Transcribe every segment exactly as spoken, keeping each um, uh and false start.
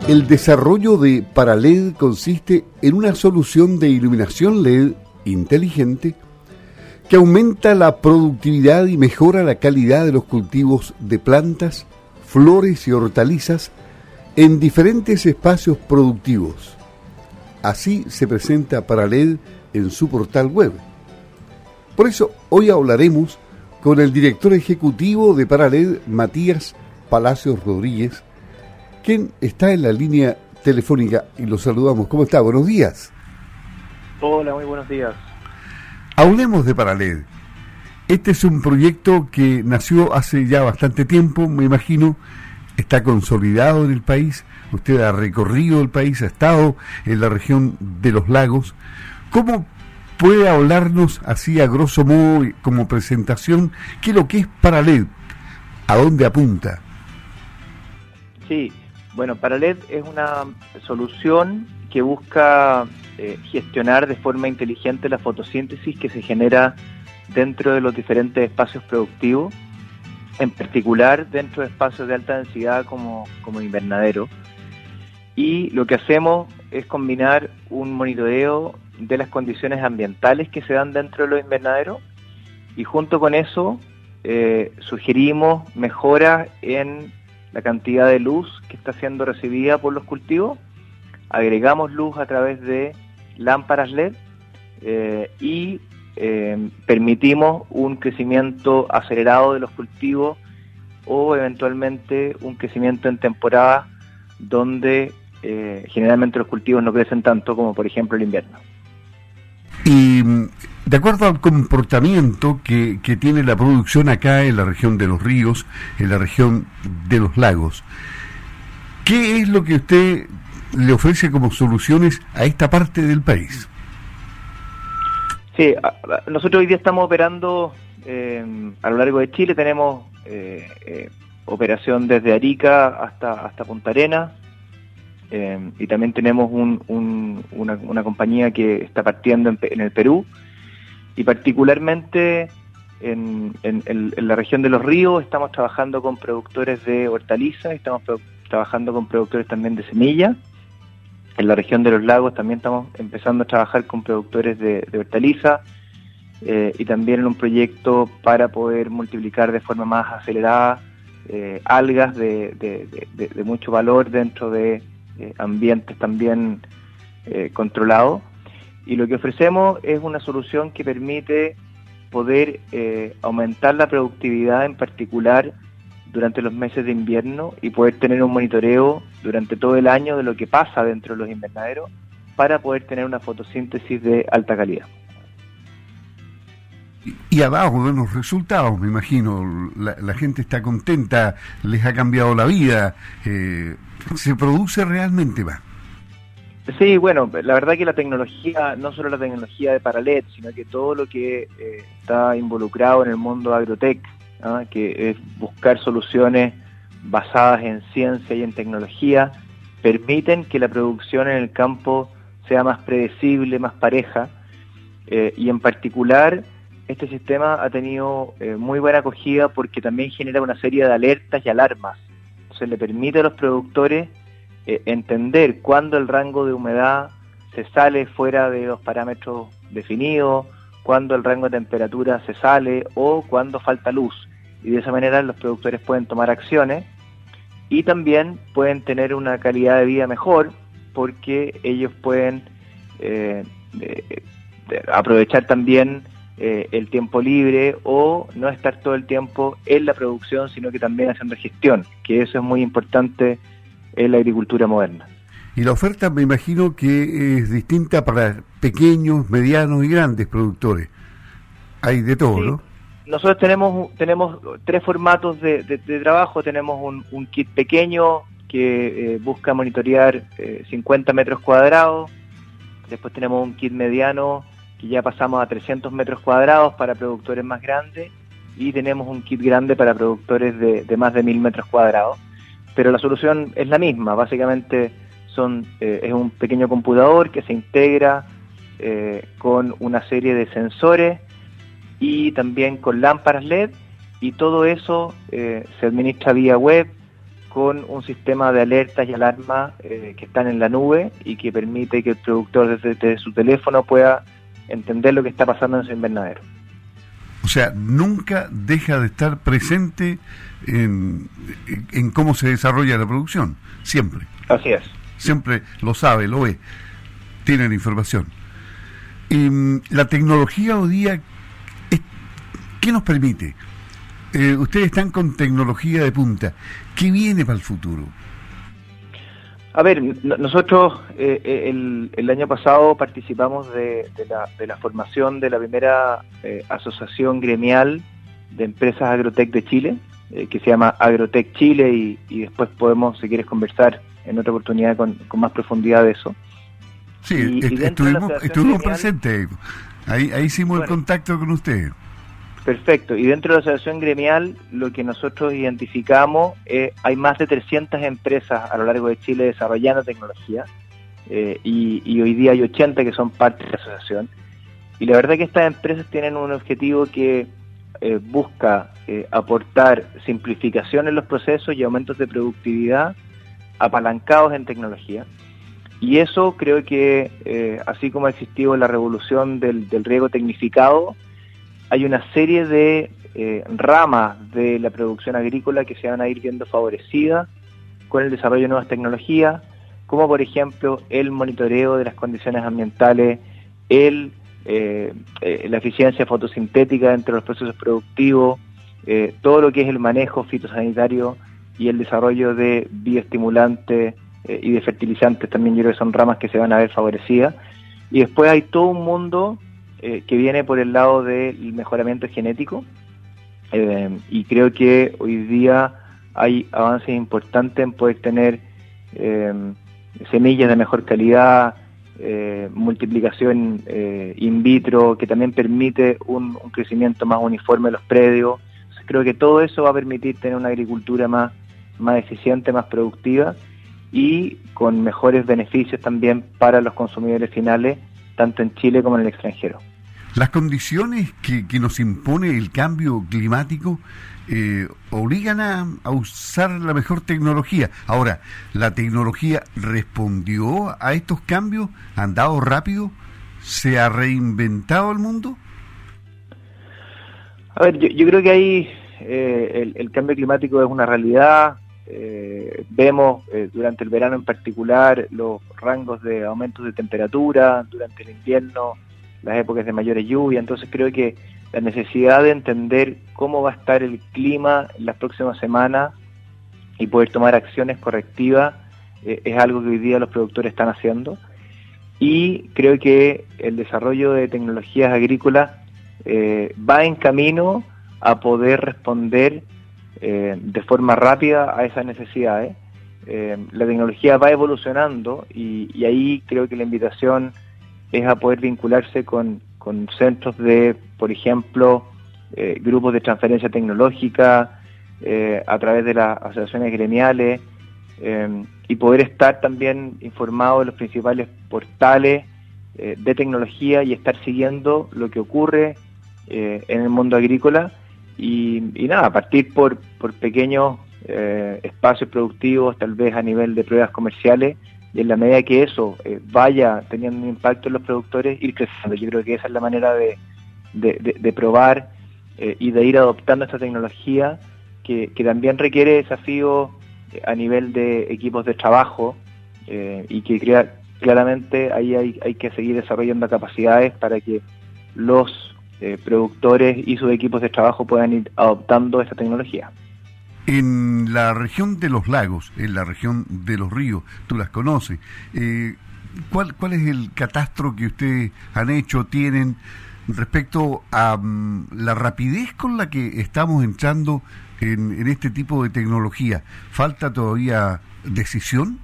El desarrollo de Paraled consiste en una solución de iluminación L E D inteligente que aumenta la productividad y mejora la calidad de los cultivos de plantas, flores y hortalizas en diferentes espacios productivos. Así se presenta Paraled en su portal web. Por eso hoy hablaremos con el director ejecutivo de Paraled, Matías Palacios Rodríguez, quien está en la línea telefónica y lo saludamos. ¿Cómo está? Buenos días. Hola, muy buenos días. Hablemos de Paraled. Este es un proyecto que nació hace ya bastante tiempo, me imagino, está consolidado en el país, usted ha recorrido el país, ha estado en la región de los lagos. ¿Cómo puede hablarnos así a grosso modo, como presentación, qué es lo que es Paraled? ¿A dónde apunta? Sí, bueno, Paraled es una solución que busca eh, gestionar de forma inteligente la fotosíntesis que se genera dentro de los diferentes espacios productivos, en particular dentro de espacios de alta densidad como, como invernadero. Y lo que hacemos es combinar un monitoreo de las condiciones ambientales que se dan dentro de los invernaderos y junto con eso eh, sugerimos mejoras en la cantidad de luz que está siendo recibida por los cultivos, agregamos luz a través de lámparas L E D eh, y eh, permitimos un crecimiento acelerado de los cultivos o eventualmente un crecimiento en temporada donde eh, generalmente los cultivos no crecen tanto como por ejemplo el invierno. Y de acuerdo al comportamiento que, que tiene la producción acá en la región de los ríos, en la región de los lagos, ¿qué es lo que usted le ofrece como soluciones a esta parte del país? Sí, nosotros hoy día estamos operando eh, a lo largo de Chile, tenemos eh, eh, operación desde Arica hasta, hasta Punta Arenas. Eh, y también tenemos un, un, una, una compañía que está partiendo en, en el Perú y particularmente en, en, en la región de los ríos estamos trabajando con productores de hortalizas, estamos pro, trabajando con productores también de semillas. En la región de los lagos también estamos empezando a trabajar con productores de, de hortalizas eh, y también en un proyecto para poder multiplicar de forma más acelerada eh, algas de, de, de, de, de mucho valor dentro de Eh, ambientes también eh, controlados, y lo que ofrecemos es una solución que permite poder eh, aumentar la productividad en particular durante los meses de invierno y poder tener un monitoreo durante todo el año de lo que pasa dentro de los invernaderos para poder tener una fotosíntesis de alta calidad. Y ha dado buenos resultados, me imagino. La, la gente está contenta, les ha cambiado la vida. Eh, ¿Se produce realmente más? Sí, bueno, la verdad que la tecnología, no solo la tecnología de Paraled, sino que todo lo que eh, está involucrado en el mundo agrotech, ¿no? Que es buscar soluciones basadas en ciencia y en tecnología, permiten que la producción en el campo sea más predecible, más pareja, eh, y en particular este sistema ha tenido eh, muy buena acogida porque también genera una serie de alertas y alarmas. Entonces le permite a los productores eh, entender cuándo el rango de humedad se sale fuera de los parámetros definidos, cuándo el rango de temperatura se sale o cuándo falta luz. Y de esa manera los productores pueden tomar acciones y también pueden tener una calidad de vida mejor porque ellos pueden eh, de, de aprovechar también Eh, el tiempo libre o no estar todo el tiempo en la producción, sino que también haciendo gestión, que eso es muy importante en la agricultura moderna. Y la oferta me imagino que es distinta para pequeños, medianos y grandes productores. Hay de todo, sí, ¿no? Nosotros tenemos tenemos tres formatos de, de, de trabajo. Tenemos un, un kit pequeño que eh, busca monitorear eh, cincuenta metros cuadrados. Después tenemos un kit mediano que ya pasamos a trescientos metros cuadrados para productores más grandes, y tenemos un kit grande para productores de, de más de mil metros cuadrados. Pero la solución es la misma, básicamente son eh, es un pequeño computador que se integra eh, con una serie de sensores y también con lámparas L E D, y todo eso eh, se administra vía web con un sistema de alertas y alarmas eh, que están en la nube y que permite que el productor desde, desde su teléfono pueda entender lo que está pasando en su invernadero. O sea, nunca deja de estar presente en, en cómo se desarrolla la producción, siempre. Así es. Siempre lo sabe, lo ve, tiene la información. Y la tecnología hoy día, ¿qué nos permite? Eh, ustedes están con tecnología de punta. ¿Qué viene para el futuro? A ver, no, nosotros eh, el, el año pasado participamos de, de, la, de la formación de la primera eh, asociación gremial de empresas Agrotech de Chile, eh, que se llama Agrotech Chile, y, y después podemos, si quieres, conversar en otra oportunidad con, con más profundidad de eso. Sí, y, est- y estuvimos, estuvimos gremial, presentes, ahí, ahí hicimos bueno, el contacto con ustedes. Perfecto, y dentro de la asociación gremial lo que nosotros identificamos es hay más de trescientas empresas a lo largo de Chile desarrollando tecnología, eh, y, y hoy día hay ochenta que son parte de la asociación, y la verdad que estas empresas tienen un objetivo que eh, busca eh, aportar simplificación en los procesos y aumentos de productividad apalancados en tecnología, y eso creo que eh, así como ha existido la revolución del, del riego tecnificado, hay una serie de eh, ramas de la producción agrícola que se van a ir viendo favorecidas con el desarrollo de nuevas tecnologías, como por ejemplo el monitoreo de las condiciones ambientales, el, eh, eh, la eficiencia fotosintética dentro de los procesos productivos, eh, todo lo que es el manejo fitosanitario y el desarrollo de bioestimulantes eh, y de fertilizantes, también yo creo que son ramas que se van a ver favorecidas. Y después hay todo un mundo Eh, que viene por el lado del mejoramiento genético, eh, y creo que hoy día hay avances importantes en poder tener eh, semillas de mejor calidad, eh, multiplicación eh, in vitro, que también permite un, un crecimiento más uniforme de los predios. Entonces, creo que todo eso va a permitir tener una agricultura más, más eficiente, más productiva y con mejores beneficios también para los consumidores finales, tanto en Chile como en el extranjero. Las condiciones que, que nos impone el cambio climático eh, obligan a, a usar la mejor tecnología. Ahora, ¿la tecnología respondió a estos cambios? ¿Ha andado rápido? ¿Se ha reinventado el mundo? A ver, yo, yo creo que ahí eh, el, el cambio climático es una realidad. Eh, vemos eh, durante el verano en particular los rangos de aumentos de temperatura, durante el invierno las épocas de mayores lluvias. Entonces creo que la necesidad de entender cómo va a estar el clima en las próximas semanas y poder tomar acciones correctivas eh, es algo que hoy día los productores están haciendo, y creo que el desarrollo de tecnologías agrícolas eh, va en camino a poder responder eh, de forma rápida a esas necesidades. Eh, la tecnología va evolucionando y, y ahí creo que la invitación es a poder vincularse con, con centros de, por ejemplo, eh, grupos de transferencia tecnológica, eh, a través de las asociaciones gremiales, eh, y poder estar también informado de los principales portales eh, de tecnología y estar siguiendo lo que ocurre eh, en el mundo agrícola, y, y nada, partir por, por pequeños eh, espacios productivos, tal vez a nivel de pruebas comerciales, y en la medida que eso eh, vaya teniendo un impacto en los productores, ir creciendo. Yo creo que esa es la manera de, de, de, de probar eh, y de ir adoptando esta tecnología, que, que también requiere desafíos eh, a nivel de equipos de trabajo, eh, y que crea, claramente ahí hay, hay que seguir desarrollando capacidades para que los eh, productores y sus equipos de trabajo puedan ir adoptando esta tecnología. En la región de los lagos, en la región de los ríos, tú las conoces, eh, ¿cuál, ¿cuál es el catastro que ustedes han hecho, tienen respecto a um, la rapidez con la que estamos entrando en, en este tipo de tecnología? ¿Falta todavía decisión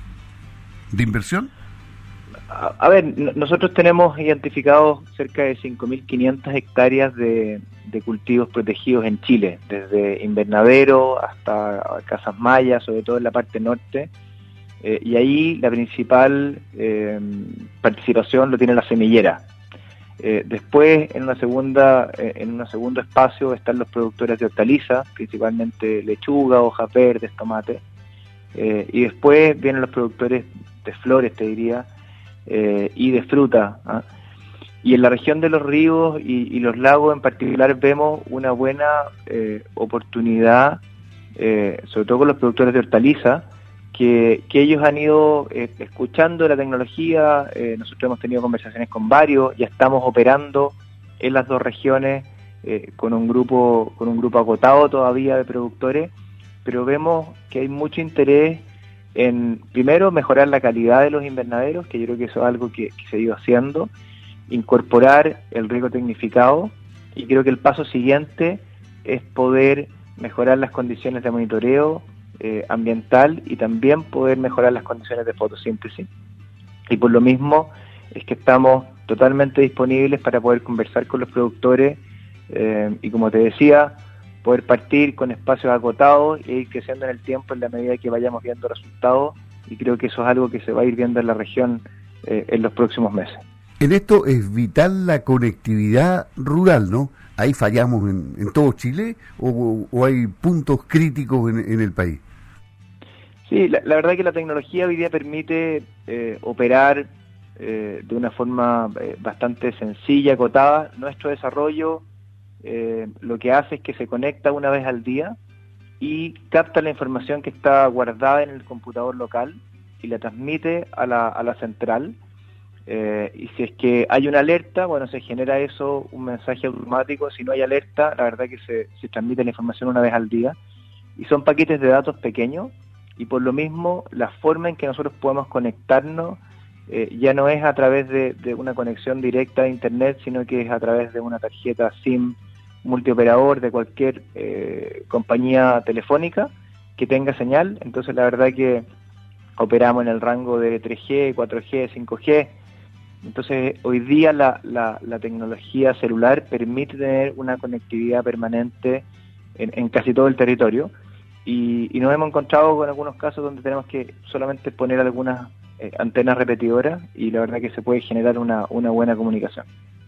de inversión? A, a ver, n- nosotros tenemos identificados cerca de cinco mil quinientas hectáreas de, de cultivos protegidos en Chile, desde invernadero hasta casas mayas, sobre todo en la parte norte, eh, y ahí la principal eh, participación lo tiene la semillera. Eh, después, en una segunda, eh, en un segundo espacio están los productores de hortalizas, principalmente lechuga, hojas verdes, tomate. eh, y después vienen los productores de flores, te diría, eh, y de fruta, ¿ah? Y en la región de los ríos y, y los lagos en particular vemos una buena eh, oportunidad, eh, sobre todo con los productores de hortalizas, que, que ellos han ido eh, escuchando la tecnología. Eh, nosotros hemos tenido conversaciones con varios, ya estamos operando en las dos regiones eh, con un grupo con un grupo acotado todavía de productores, pero vemos que hay mucho interés en, primero, mejorar la calidad de los invernaderos, que yo creo que eso es algo que, que se ha ido haciendo, incorporar el riego tecnificado, y creo que el paso siguiente es poder mejorar las condiciones de monitoreo eh, ambiental y también poder mejorar las condiciones de fotosíntesis. Y por lo mismo es que estamos totalmente disponibles para poder conversar con los productores eh, y, como te decía, poder partir con espacios acotados e ir creciendo en el tiempo en la medida que vayamos viendo resultados, y creo que eso es algo que se va a ir viendo en la región eh, en los próximos meses. En esto es vital la conectividad rural, ¿no? ¿Ahí fallamos en, en todo Chile o, o hay puntos críticos en, en el país? Sí, la, la verdad es que la tecnología hoy día permite eh, operar eh, de una forma eh, bastante sencilla, acotada. Nuestro desarrollo eh, lo que hace es que se conecta una vez al día y capta la información que está guardada en el computador local y la transmite a la, a la central. Eh, y si es que hay una alerta, bueno, se genera eso, un mensaje automático. Si no hay alerta, la verdad que se, se transmite la información una vez al día. Y son paquetes de datos pequeños, y por lo mismo la forma en que nosotros podemos conectarnos eh, ya no es a través de, de una conexión directa a Internet, sino que es a través de una tarjeta SIM multioperador de cualquier eh, compañía telefónica que tenga señal. Entonces la verdad que operamos en el rango de tres G, cuatro G, cinco G. Entonces, hoy día la, la, la tecnología celular permite tener una conectividad permanente en, en casi todo el territorio, y, y nos hemos encontrado con algunos casos donde tenemos que solamente poner algunas eh, antenas repetidoras, y la verdad que se puede generar una, una buena comunicación.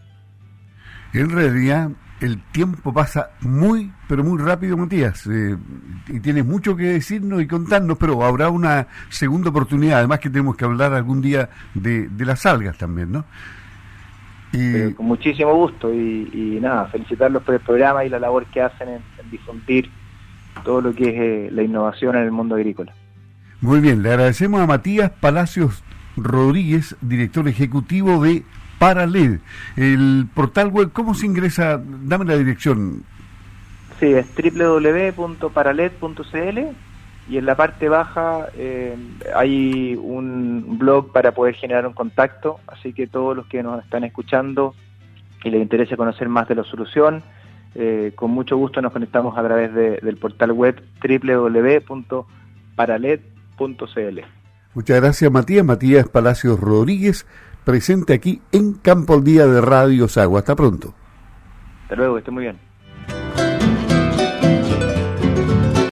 En realidad, el tiempo pasa muy, pero muy rápido, Matías, eh, y tienes mucho que decirnos y contarnos, pero habrá una segunda oportunidad, además que tenemos que hablar algún día de, de las algas también, ¿no? Y... Pero con muchísimo gusto, y, y nada, felicitarlos por el programa y la labor que hacen en, en difundir todo lo que es eh, la innovación en el mundo agrícola. Muy bien, le agradecemos a Matías Palacios Rodríguez, director ejecutivo de Paraled. El portal web, ¿cómo se ingresa? Dame la dirección. Sí, es doble u doble u doble u punto paraled punto c l, y en la parte baja eh, hay un blog para poder generar un contacto, así que todos los que nos están escuchando y les interese conocer más de la solución, eh, con mucho gusto nos conectamos a través de, del portal web doble u doble u doble u punto paraled punto c l. Muchas gracias, Matías. Matías Palacios Rodríguez, presente aquí en Campo al Día de Radio Sago. Hasta pronto. Hasta luego, que esté muy bien.